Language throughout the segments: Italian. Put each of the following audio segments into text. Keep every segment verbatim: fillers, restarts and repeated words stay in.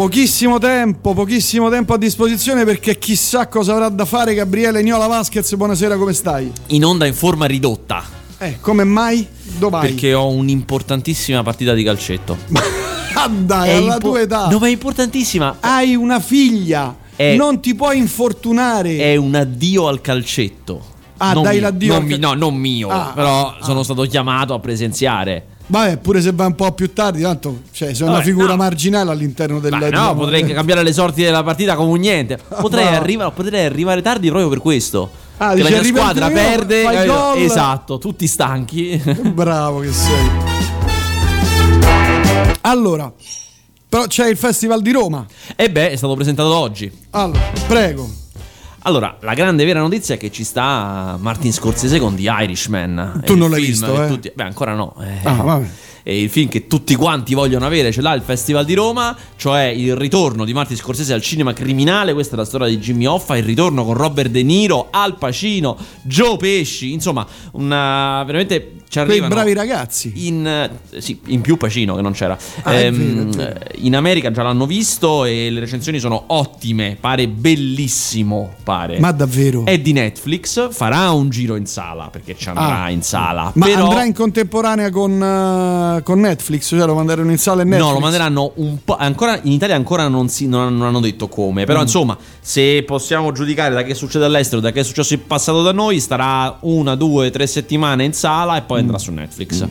Pochissimo tempo, pochissimo tempo a disposizione perché chissà cosa avrà da fare Gabriele Niola Vasquez. Buonasera, come stai? In onda in forma ridotta. Eh, come mai? Dov'hai? Perché ho un'importantissima partita di calcetto. Ah dai, È alla impo- tua età. No, ma è importantissima. Hai una figlia, È- non ti puoi infortunare. È un addio al calcetto. Ah, Non dai mio, l'addio non al mi- cal- No, non mio. Ah, però ah, sono ah. stato chiamato a presenziare. Vabbè, pure se va un po' più tardi, tanto cioè, sei una Vabbè, figura no. marginale all'interno del Beh, no, diciamo, potrei del- cambiare le sorti della partita come un niente. Potrei, No. arriva- potrei arrivare tardi proprio per questo. Ah, che dici, la mia arrivi al squadra primo, perde. fai capito? gol. Esatto, tutti stanchi. Bravo che sei. Allora, però c'è il Festival di Roma. E beh, è stato presentato oggi. Allora, prego. Allora, la grande vera notizia è che ci sta Martin Scorsese con The Irishman. Tu È non il l'hai film visto, che eh? tutti- Beh, ancora no. eh. Ah, vabbè. È il film che tutti quanti vogliono avere, ce l'ha il Festival di Roma, cioè il ritorno di Martin Scorsese al cinema criminale. Questa è la storia di Jimmy Hoffa, il ritorno con Robert De Niro, Al Pacino, Joe Pesci, insomma, una veramente ci Quei arrivano bravi ragazzi. in, eh, sì, in più Pacino che non c'era. Ah, è Ehm, vero, è vero. In America già l'hanno visto e le recensioni sono ottime, pare bellissimo, pare. Ma davvero? È di Netflix, farà un giro in sala perché ci andrà Ah. in sala. Ma però andrà in contemporanea con, eh, con Netflix? Cioè lo manderanno in sala e Netflix? no, lo manderanno un po'. Ancora in Italia ancora non, si, non, non hanno detto come. Però Mm. insomma, se possiamo giudicare da che succede all'estero, da che è successo in passato da noi, starà una, due, tre settimane in sala e poi andrà su Netflix.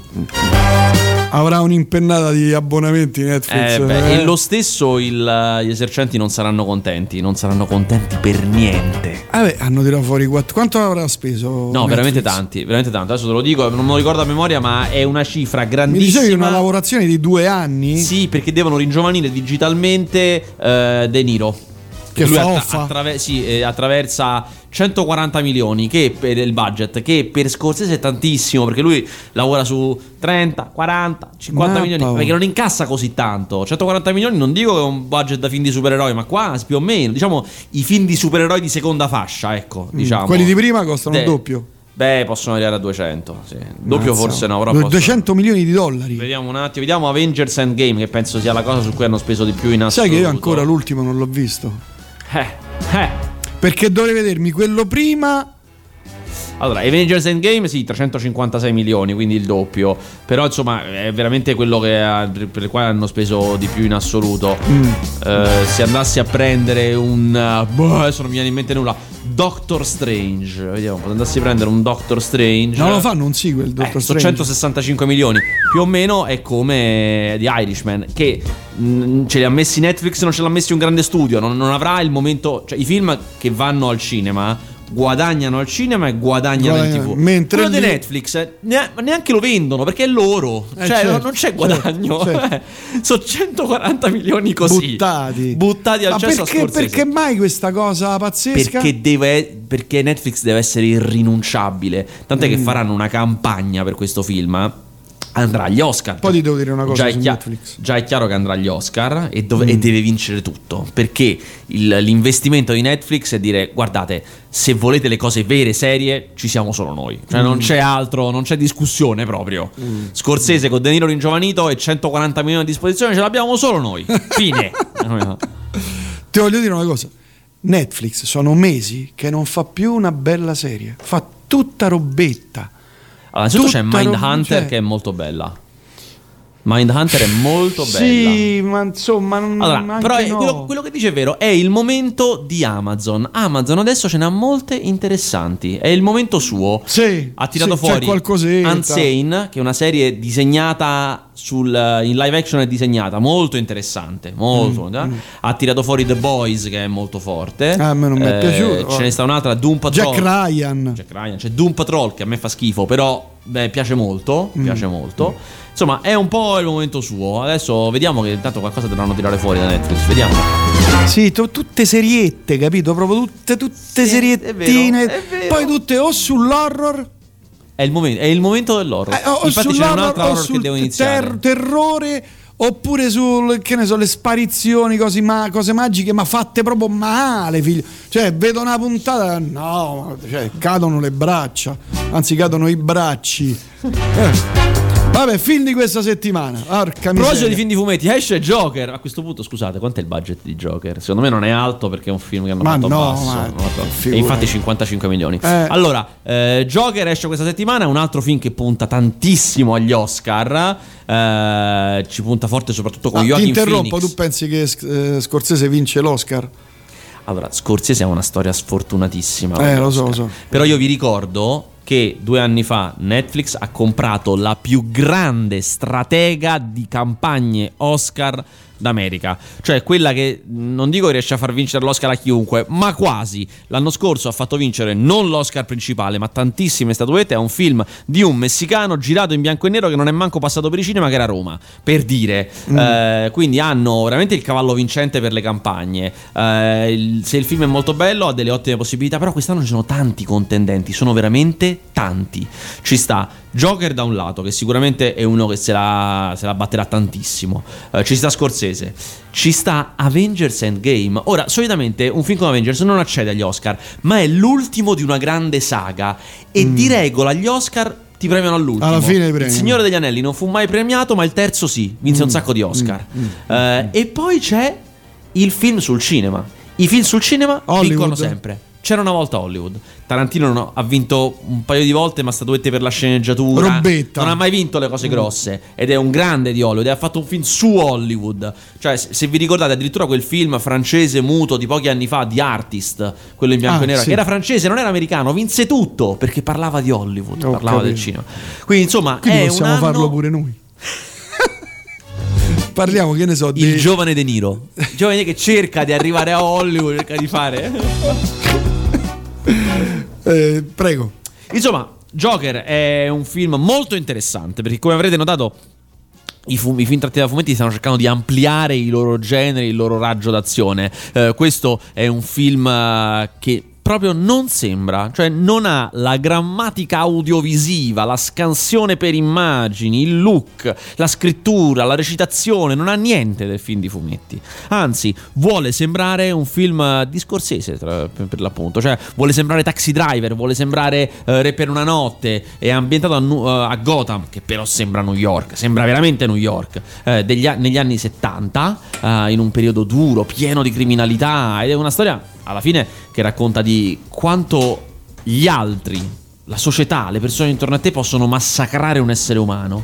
Avrà un'impennata di abbonamenti Netflix. Eh, beh, eh. e lo stesso il- gli esercenti non saranno contenti. Non saranno contenti per niente. Vabbè, hanno tirato fuori quattro. Quanto avrà speso? No, Netflix? veramente tanti, veramente tanto. Adesso te lo dico, non me lo ricordo a memoria, ma è una cifra Mi grandissima. dicevi una lavorazione di due anni? Sì, perché devono ringiovanire digitalmente eh, De Niro. Che Lui fa attra- offa? attraver- sì, eh, attraversa centoquaranta milioni che per il budget, che per Scorsese è tantissimo, perché lui lavora su trenta, quaranta, cinquanta Mappa, milioni, oh. perché non incassa così tanto. centoquaranta milioni non dico che è un budget da film di supereroi, ma quasi più o meno, diciamo i film di supereroi di seconda fascia, ecco, diciamo. Mm, Quelli di prima costano De- il doppio. Beh, possono arrivare a duecento, sì. Doppio Mazza. forse no, però Du- possono- duecento milioni di dollari. Vediamo un attimo, vediamo Avengers Endgame, che penso sia la cosa su cui hanno speso di più in Sai assoluto. che io ancora l'ultimo non l'ho visto. Eh, eh. Perché dovrei vedermi quello prima. Allora, Avengers Endgame sì, trecentocinquantasei milioni, quindi il doppio. Però insomma è veramente quello che ha- per il quale hanno speso di più in assoluto. Mm. Eh, se andassi a prendere un uh, boh, adesso non mi viene in mente nulla. Doctor Strange, vediamo, se andassi a prendere un Doctor Strange. Non lo fanno un sequel, Eh, Doctor sto Strange. centosessantacinque milioni più o meno è come The Irishman, che mh, ce li ha messi Netflix, non ce l'ha messi un grande studio, non, non avrà il momento, cioè i film che vanno al cinema guadagnano al cinema e guadagnano in Guadagnano. TV. Mentre quello di lì- Netflix eh, ne- neanche lo vendono perché è loro, Eh, cioè certo, non- non c'è guadagno. certo, certo. Sono centoquaranta milioni così Buttati. buttati al Ma cesso a perché, Scorsese. perché mai questa cosa pazzesca? Perché, deve, perché Netflix deve essere irrinunciabile. Tant'è Mm. che faranno una campagna per questo film. eh. Andrà agli Oscar. Poi ti devo dire una cosa già è, su chia- Netflix. già è chiaro che andrà agli Oscar e, dove- Mm. e deve vincere tutto. Perché il- l'investimento di Netflix è dire: guardate, se volete le cose vere, serie, ci siamo solo noi. Cioè, non c'è altro, non c'è discussione proprio. Mm. Scorsese con De Niro ringiovanito e centoquaranta milioni a disposizione, ce l'abbiamo solo noi. Fine. Ti voglio dire una cosa. Netflix sono mesi che non fa più una bella serie. Fa tutta robetta. Allora, innanzitutto c'è Tutta Mindhunter roba- che è molto bella. Mindhunter è molto bella. Sì, ma insomma, non- Allora, anche però è- no. quello, quello che dice è vero, è il momento di Amazon. Amazon adesso ce n'ha molte interessanti. È il momento suo. Sì, Ha tirato sì, c'è fuori qualcosetta. Unsane, che è una serie disegnata sul, in live action, è disegnata molto interessante. Molto. eh. Ha tirato fuori The Boys, che è molto forte. Ah, a me non mi è piaciuto. Ce ne sta un'altra, Doom Patrol. Jack Ryan. Jack Ryan, c'è Doom Patrol che a me fa schifo, però beh, piace molto, Mm. piace molto. Insomma, è un po' il momento suo. Adesso vediamo che intanto qualcosa dovranno tirare fuori da Netflix, vediamo. Sì, tu- tutte seriette, capito? Proprio tutte, tutte Sì, seriettine. è vero, è vero. Poi tutte o sull'horror, È il momento, è il momento dell'horror. eh, o Infatti c'è sull'horror un'altra o horror sul che devo iniziare. ter- terrore, oppure sul, che ne so, le sparizioni, cose, ma- cose magiche, ma fatte proprio male, figlio. Cioè, vedo una puntata, no, cioè, cadono le braccia, anzi cadono i bracci. Eh. Vabbè, film di questa settimana. Porca miseria. Proposito di film di fumetti, esce Joker. A questo punto, scusate, quant'è il budget di Joker? Secondo me non è alto perché è un film che hanno ma fatto no, basso. ma E infatti cinquantacinque milioni. Eh. Allora, eh, Joker esce questa settimana, è un altro film che punta tantissimo agli Oscar. Eh, ci punta forte soprattutto con ah, Joaquin Phoenix. Ti interrompo, Phoenix. tu pensi che eh, Scorsese vince l'Oscar? Allora, Scorsese ha una storia sfortunatissima. Eh, lo so, lo so. Però io vi ricordo che due anni fa Netflix ha comprato la più grande stratega di campagne Oscar d'America, cioè quella che non dico che riesce a far vincere l'Oscar a chiunque, ma quasi. L'anno scorso ha fatto vincere non l'Oscar principale ma tantissime statuette a un film di un messicano girato in bianco e nero che non è manco passato per i cinema, che era Roma, per dire. mm. eh, quindi hanno veramente il cavallo vincente per le campagne. eh, il, se il film è molto bello ha delle ottime possibilità, però quest'anno ci sono tanti contendenti, sono veramente tanti. Ci sta Joker da un lato, che sicuramente è uno che se la, se la batterà tantissimo. Uh, ci sta Scorsese, ci sta Avengers Endgame. Ora, solitamente un film come Avengers non accede agli Oscar, ma è l'ultimo di una grande saga e mm. di regola gli Oscar ti premiano all'ultimo. Alla fine premio. Il Signore degli Anelli non fu mai premiato, ma il terzo sì, vinse mm. un sacco di Oscar. Mm. Mm. Uh, e poi c'è il film sul cinema. I film sul cinema Hollywood. vincono sempre. C'era una volta Hollywood. Tarantino no, ha vinto un paio di volte, ma statuette per la sceneggiatura. Robetta. Non ha mai vinto le cose grosse. Ed è un grande di Hollywood. E ha fatto un film su Hollywood. Cioè, se vi ricordate, addirittura quel film francese muto di pochi anni fa, The Artist, quello in bianco ah, e nero, sì. che era francese, non era americano, vinse tutto perché parlava di Hollywood, Ho parlava capito. del cinema. Quindi, insomma, Quindi è possiamo un anno... farlo pure noi. Parliamo, che ne so, di... Il giovane De Niro. Il giovane che cerca di arrivare a Hollywood, cerca di fare... Eh, prego. Insomma, Joker è un film molto interessante perché, come avrete notato, i, fu- i film tratti da fumetti stanno cercando di ampliare i loro generi, il loro raggio d'azione. Eh, questo è un film uh, che proprio non sembra, cioè non ha la grammatica audiovisiva, la scansione per immagini, il look, la scrittura, la recitazione, non ha niente del film di fumetti. Anzi, vuole sembrare un film di Scorsese, tra, per, per l'appunto, cioè vuole sembrare Taxi Driver, vuole sembrare uh, Re per una notte, è ambientato a, uh, a Gotham, che però sembra New York, sembra veramente New York, uh, degli, negli anni settanta, uh, in un periodo duro, pieno di criminalità, ed è una storia alla fine che racconta di quanto gli altri, la società, le persone intorno a te possono massacrare un essere umano.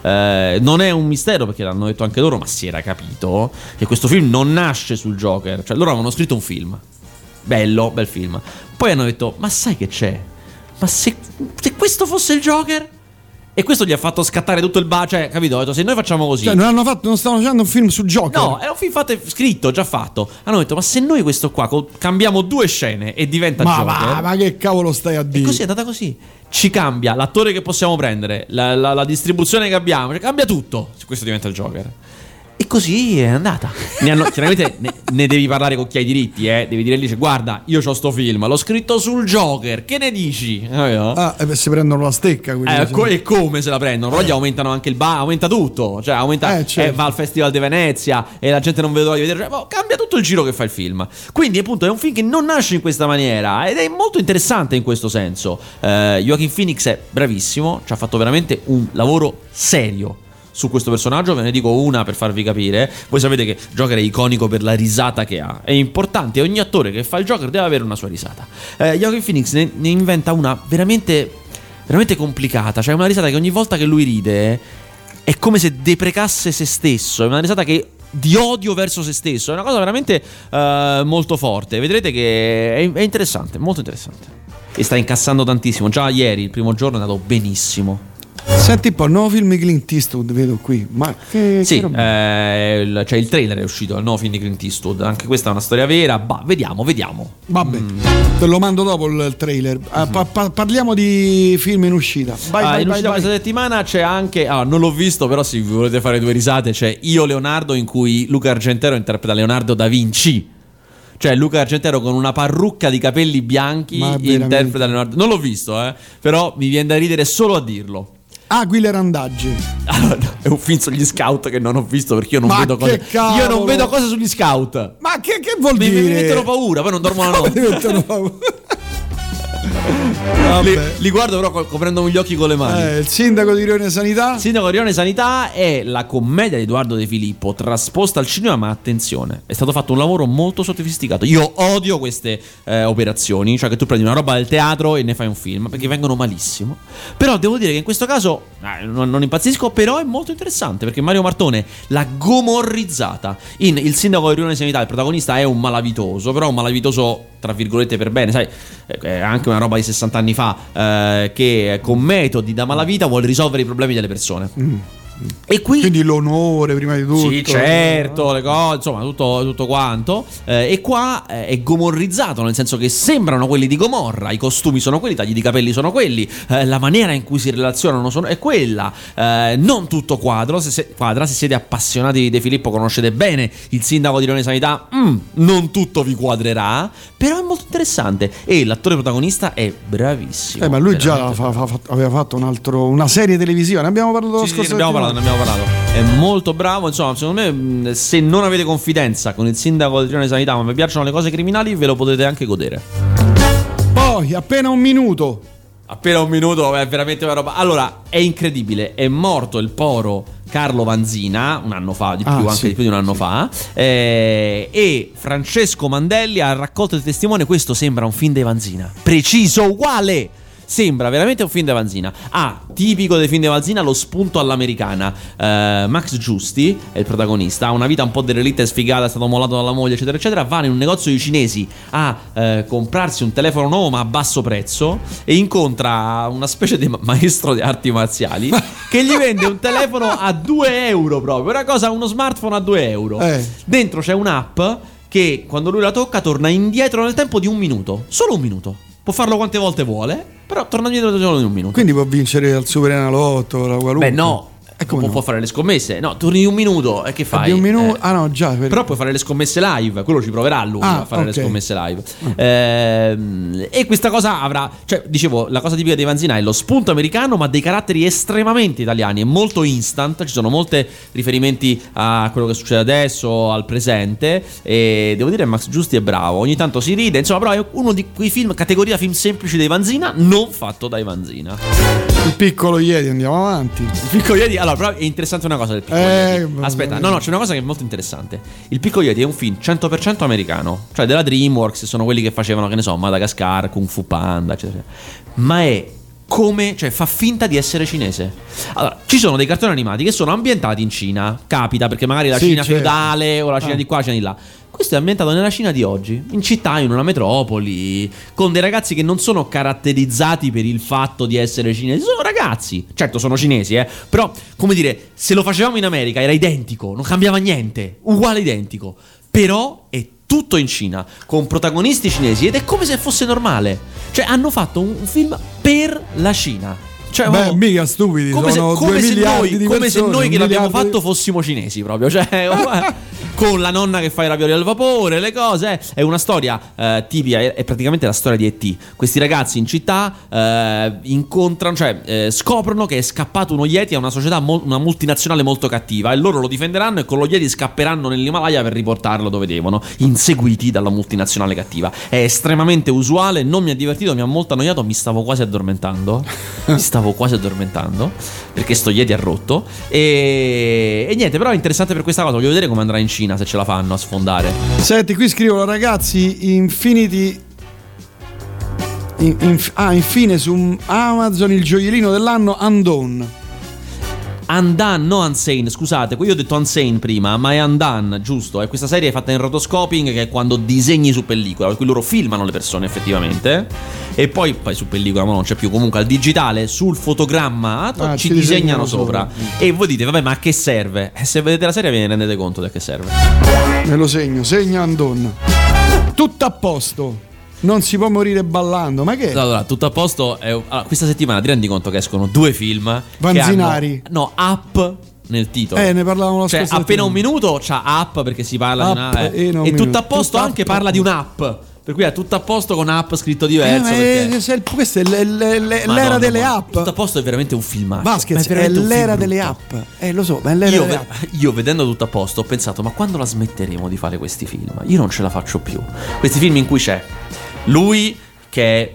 Eh, non è un mistero perché l'hanno detto anche loro, ma si era capito che questo film non nasce sul Joker. Cioè loro avevano scritto un film bello, bel film, poi hanno detto ma sai che c'è? Ma se, se questo fosse il Joker? E questo gli ha fatto scattare tutto il ba, cioè, capito? Ha detto, se noi facciamo così. Cioè, non hanno fatto, non stavano facendo un film su Joker. No, è un film fatto, scritto, già fatto. Hanno detto, ma se noi questo qua co- cambiamo due scene e diventa ma Joker. Va, ma che cavolo stai a dire? E così è andata così. Ci cambia l'attore che possiamo prendere, la, la, la distribuzione che abbiamo, cioè, cambia tutto. Se questo diventa il Joker. E così è andata. Ne hanno, chiaramente ne, ne devi parlare con chi ha i diritti, eh. Devi dire lì, guarda, io c'ho sto film, l'ho scritto sul Joker, che ne dici? Ah, e si prendono la stecca. Eh, co- e come se la prendono? Però gli aumentano anche il bar, aumenta tutto. Cioè, aumenta, eh, certo. eh, va al Festival di Venezia e la gente non vede l'ora di vedere. Cioè, boh, cambia tutto il giro che fa il film. Quindi, appunto, è un film che non nasce in questa maniera ed è molto interessante in questo senso. Eh, Joaquin Phoenix è bravissimo, ci ha fatto veramente un lavoro serio su questo personaggio. Ve ne dico una per farvi capire. Voi sapete che Joker è iconico per la risata che ha. È importante, ogni attore che fa il Joker deve avere una sua risata. eh, Joaquin Phoenix ne, ne inventa una veramente veramente complicata. Cioè una risata che ogni volta che lui ride è come se deprecasse se stesso. È una risata che di odio verso se stesso. È una cosa veramente uh, molto forte. Vedrete che è, è interessante, molto interessante. E sta incassando tantissimo. Già ieri, il primo giorno, è andato benissimo. Senti un po', il nuovo film di Clint Eastwood, vedo qui. Ma che, sì, che eh, il, cioè il trailer è uscito, il nuovo film di Clint Eastwood. Anche questa è una storia vera. Bah, vediamo, vediamo. Vabbè, mm. te lo mando dopo il trailer. Ah, pa- pa- parliamo di film in uscita. Vai, ah, vai, in vai, uscita vai. questa settimana c'è anche, ah, non l'ho visto, però se vi volete fare due risate, c'è Io Leonardo, in cui Luca Argentero interpreta Leonardo da Vinci. Cioè Luca Argentero con una parrucca di capelli bianchi interpreta Leonardo. Non l'ho visto, eh, però mi viene da ridere solo a dirlo. Aquile Randaggi. Allora, è un film sugli scout che non ho visto perché io non Ma vedo cose. cavolo. Io non vedo cose sugli scout. Ma che, che vuol mi, dire? Mi mettono paura, poi non dormo la Come notte. ti mettono paura? li, li guardo però coprendomi gli occhi con le mani. Eh, il sindaco di Rione Sanità. Il sindaco di Rione Sanità è la commedia di Edoardo De Filippo trasposta al cinema, ma attenzione, è stato fatto un lavoro molto sofisticato. Io odio queste eh, operazioni, cioè che tu prendi una roba del teatro e ne fai un film, perché vengono malissimo. Però devo dire che in questo caso eh, non, non impazzisco, però è molto interessante, perché Mario Martone l'ha gomorrizzata in Il sindaco di Rione Sanità. Il protagonista è un malavitoso, però un malavitoso tra virgolette per bene, sai, è anche una roba di sessanta anni fa, eh, che con metodi da malavita vuole risolvere i problemi delle persone. Mm. E qui, quindi l'onore prima di tutto. Sì, certo, le cose, insomma, tutto, tutto quanto. Eh, e qua eh, è gomorrizzato, nel senso che sembrano quelli di Gomorra, i costumi sono quelli, i tagli di capelli sono quelli, eh, la maniera in cui si relazionano sono, è quella. Eh, non tutto quadro, se, se, quadra, se siete appassionati di De Filippo conoscete bene il sindaco di Rione Sanità, mm, non tutto vi quadrerà, però è molto interessante e l'attore protagonista è bravissimo. Eh, ma lui già fa, fa, fa, aveva fatto un altro, una serie televisiva, ne abbiamo parlato la sì, scorsa sì, ne abbiamo parlato. Ne abbiamo parlato. È molto bravo. Insomma, secondo me, se non avete confidenza con il sindaco di Rione Sanità, ma vi piacciono le cose criminali, ve lo potete anche godere. Poi, appena un minuto. Appena un minuto, è veramente una roba. Allora, è incredibile. È morto il poro Carlo Vanzina un anno fa, di più, ah, anche sì, di più di un anno sì. fa. Eh, e Francesco Mandelli ha raccolto il testimone. Questo sembra un film di Vanzina, preciso, uguale. Sembra veramente un film di Vanzina. Ah, tipico dei film di Vanzina, lo spunto all'americana. eh, Max Giusti è il protagonista, ha una vita un po' derelitta e sfigata, è stato mollato dalla moglie eccetera eccetera. Va in un negozio di cinesi a eh, comprarsi un telefono nuovo ma a basso prezzo e incontra una specie di maestro di arti marziali che gli vende un telefono a due euro proprio. Una cosa, uno smartphone a due euro. eh. Dentro c'è un'app che quando lui la tocca torna indietro nel tempo di un minuto. Solo un minuto. Può farlo quante volte vuole, però torna indietro solo in un minuto. Quindi può vincere al Super Enalotto, la qualunque. Beh no, e può, no? può fare le scommesse. No, torni in un minuto e che fai? Di un minuto? Eh, ah no, già. Per... Però puoi fare le scommesse live. Quello ci proverà lui ah, a fare okay. le scommesse live. Mm. Eh, e questa cosa avrà, cioè, dicevo, la cosa tipica dei Vanzina è lo spunto americano, ma dei caratteri estremamente italiani. È molto instant. Ci sono molti riferimenti a quello che succede adesso, al presente. E devo dire, Max Giusti è bravo. Ogni tanto si ride. Insomma, però è uno di quei film, categoria film semplici dei Vanzina, non fatto dai Vanzina. Il piccolo Iedi, andiamo avanti. Il piccolo Iedi, allora, però è interessante una cosa del piccolo eh, Iedi. Aspetta, no, no, c'è una cosa che è molto interessante. Il piccolo Iedi è un film cento per cento americano, cioè della DreamWorks, sono quelli che facevano, che ne so, Madagascar, Kung Fu Panda, eccetera. Ma è come, cioè fa finta di essere cinese. Allora, ci sono dei cartoni animati che sono ambientati in Cina, capita, perché magari la sì, Cina certo. feudale o la Cina ah. di qua, la Cina di là. Questo è ambientato nella Cina di oggi, in città, in una metropoli, con dei ragazzi che non sono caratterizzati per il fatto di essere cinesi. Sono ragazzi, certo sono cinesi, eh, però, come dire, se lo facevamo in America era identico, non cambiava niente, uguale identico. Però è tutto in Cina, con protagonisti cinesi, ed è come se fosse normale. Cioè hanno fatto un film per la Cina. Cioè, beh, oh, mica stupidi, come sono se, come due se miliardi noi, di come persone, se noi che l'abbiamo miliardi... fatto fossimo cinesi proprio, cioè con la nonna che fa i ravioli al vapore, le cose. È una storia eh, tipica, è, è praticamente la storia di E T. Questi ragazzi in città eh, incontrano, cioè eh, scoprono che è scappato uno Yeti a una società, mo- una multinazionale molto cattiva, e loro lo difenderanno e con lo Yeti scapperanno nell'Himalaya per riportarlo dove devono, inseguiti dalla multinazionale cattiva. È estremamente usuale, non mi ha divertito, mi ha molto annoiato, mi stavo quasi addormentando. mi stavo quasi addormentando perché sto Yeti ha rotto e, e niente, però è interessante per questa cosa. Voglio vedere come andrà in Cina, se ce la fanno a sfondare. Senti, qui scrivono ragazzi, Infinity in, in, ah, infine su Amazon il gioiellino dell'anno Undone. Undone, no Unsane, scusate, io ho detto Unsane prima, ma è Undone, giusto? È questa serie fatta in rotoscoping, che è quando disegni su pellicola, per cui loro filmano le persone effettivamente e poi, poi su pellicola, ma non c'è più, comunque al digitale, sul fotogramma ah, ci disegnano, disegnano sopra. sopra e voi dite, vabbè, ma a che serve? E se vedete la serie ve ne rendete conto di a che serve. Me lo segno, segna Undone. Tutto a posto. Non si può morire ballando, ma che? Allora, tutto a posto. È... Allora, questa settimana ti rendi conto che escono due film Vanzinari che hanno... No, Up nel titolo. Eh, ne parlavamo la cioè, scorsa appena settimana. Un minuto c'ha Up perché si parla up di una... Eh. E, e tutto a posto tutto anche up. Parla di un'app. Per cui è tutto a posto con app scritto diverso. Eh, perché... è, questa è l- l- l- l'era no, delle no, app. Tutto a posto è veramente un filmato. Vasquez, è, è l'era delle app. Eh, lo so, ma è l'era io, delle ve- app. Io vedendo tutto a posto ho pensato, ma quando la smetteremo di fare questi film? Io non ce la faccio più. Questi film in cui c'è lui che è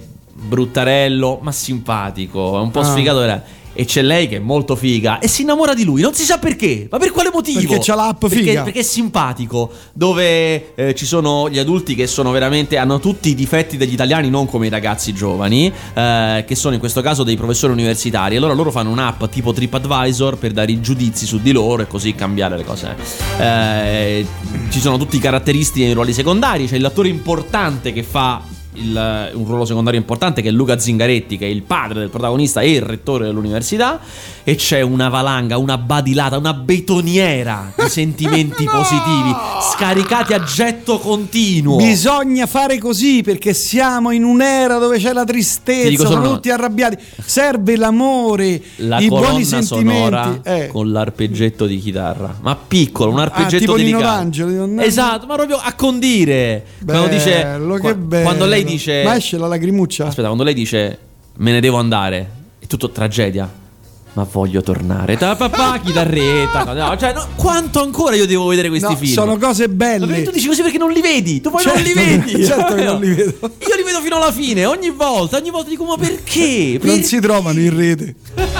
bruttarello, ma simpatico, è un po' Ah. sfigato. Era. E c'è lei che è molto figa e si innamora di lui, non si sa perché, ma per quale motivo? Perché c'ha l'app perché, figa. perché è simpatico, dove eh, ci sono gli adulti che sono veramente, hanno tutti i difetti degli italiani, non come i ragazzi giovani, eh, che sono in questo caso dei professori universitari. Allora loro fanno un'app tipo TripAdvisor per dare i giudizi su di loro e così cambiare le cose. Eh, ci sono tutti i caratteristici nei ruoli secondari, c'è l'attore importante che fa Il, un ruolo secondario importante, che è Luca Zingaretti, che è il padre del protagonista e il rettore dell'università, e c'è una valanga, una badilata, una betoniera di sentimenti No! positivi scaricati a getto continuo. Bisogna fare così perché siamo in un'era dove c'è la Ti tristezza, dico sono solo- tutti arrabbiati. Serve l'amore, La i buoni colonna sentimenti. sonora Eh. con l'arpeggetto di chitarra, ma piccolo, un Ah, arpeggetto tipo Nino delicato. D'Angelo, Nino D'Angelo. Esatto, ma proprio a condire. Quando dice Bello, qua- che bello. quando lei dice Ma esce la lacrimuccia? Aspetta, quando lei dice me ne devo andare, è tutto tragedia. Ma voglio tornare. Ta papà, chitarretta. No, cioè, no, quanto ancora io devo vedere questi No, film? sono cose Ma belle. perché tu dici così perché non li vedi? Tu poi non Certo, li vedi. certo che non li vedo. Io li vedo fino alla fine, ogni volta, ogni volta dico ma perché? Non Per- si trovano in rete.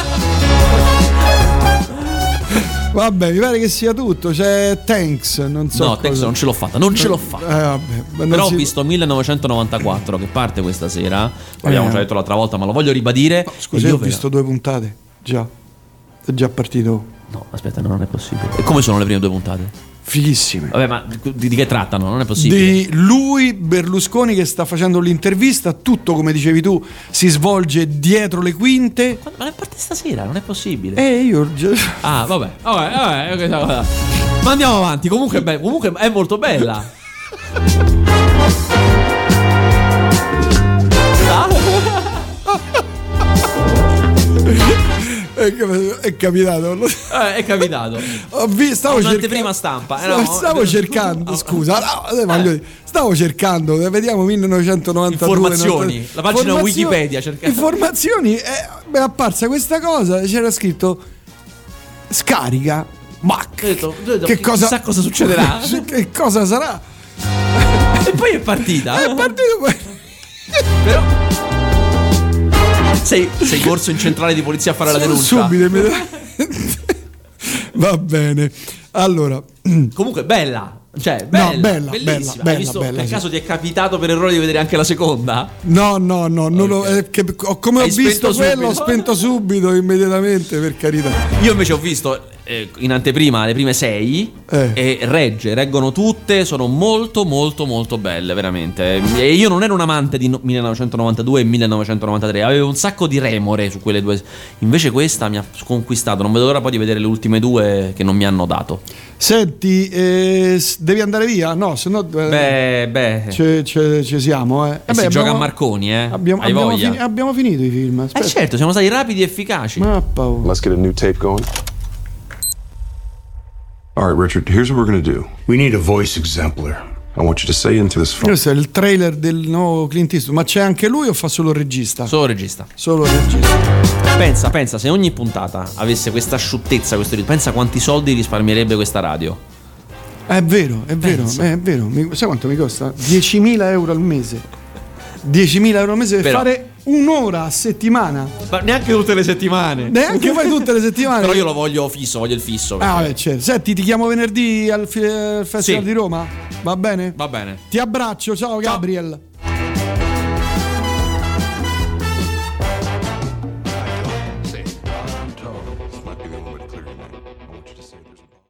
Vabbè, mi pare che sia tutto. C'è Tanks, non so. No, cosa. Tex non ce l'ho fatta, non ce l'ho fatta. Eh, vabbè, ma non Però si- ho visto millenovecentonovantaquattro che parte questa sera. L'abbiamo Eh. già detto l'altra volta, ma lo voglio ribadire. Scusa, E io ho vera- visto due puntate. Già. È già partito. No, aspetta, no, non è possibile. E come sono le prime due puntate? Fighissime. Vabbè, ma di, di che trattano? Non è possibile. Di lui, Berlusconi, che sta facendo l'intervista. Tutto, come dicevi tu, si svolge dietro le quinte. Quando- Ma è parte stasera, non è possibile. E io già- Ah, vabbè, vabbè, vabbè, ok, vabbè. Ma andiamo avanti. Comunque, è be- comunque è molto bella. è, cap- è capitato. lo- Eh, è capitato. Ho visto, stavo Un'anteprima cercando. stampa. Eh, Stavo, no, stavo eh, cercando, no. scusa, no, eh, voglio dire, stavo cercando, eh, vediamo millenovecentonovantadue. Informazioni, novanta la pagina Informazio- Wikipedia, cercate. Informazioni, eh, è apparsa questa cosa, c'era scritto scarica, ma Ho detto, ho detto, che cosa, chissà cosa succederà. Che cosa sarà? E poi è partita. È partito poi. Però sei, sei corso in centrale di polizia a fare la denuncia. Subito, immediatamente. Va bene. Allora, Comunque bella. Cioè, bella, bella, bellissima. bella, Hai bella, visto, bella, per sì. caso ti è capitato per errore di vedere anche la seconda? no, no, no, non lo- Ok. eh, che- ho- come Hai ho visto spento quello, ho subito. spento subito, immediatamente, per carità. Io invece ho visto eh, in anteprima le prime sei Eh. e regge, reggono tutte, sono molto molto molto belle, veramente. E io non ero un amante di no- millenovecentonovantadue e millenovecentonovantatré, avevo un sacco di remore su quelle due. Invece questa mi ha sconquistato, non vedo l'ora poi di vedere le ultime due che non mi hanno dato. Senti, eh, s- devi andare via? No, se no eh, Beh, beh. ce- ce- ci siamo. Eh. E si gioca a Marconi, eh. Abbiamo, Hai abbiamo voglia? fini- abbiamo finito i film. Eh Aspetta. certo, siamo stati rapidi e efficaci. Ma paura. Let's get a new tape going. All right, Richard, here's what we're going to do. We need a voice exemplar. I want you to say into this phone. Questo è il trailer del nuovo Clint Eastwood. Ma c'è anche lui o fa solo il regista? Solo regista. Solo il regista. Pensa, pensa, se ogni puntata avesse questa asciuttezza, questo ritmo, pensa quanti soldi risparmierebbe questa radio. È vero, è vero, Pensa. è vero. Mi- sai quanto mi costa? diecimila euro al mese. diecimila euro al mese per Però- fare un'ora a settimana. Ma neanche tutte le settimane. Neanche fai tutte le settimane. Però io lo voglio fisso, voglio il fisso. Ah, perché- vabbè, certo. Senti, ti chiamo venerdì al fi- al Festival Sì. di Roma? Va bene? Va bene. Ti abbraccio, ciao Gabriel.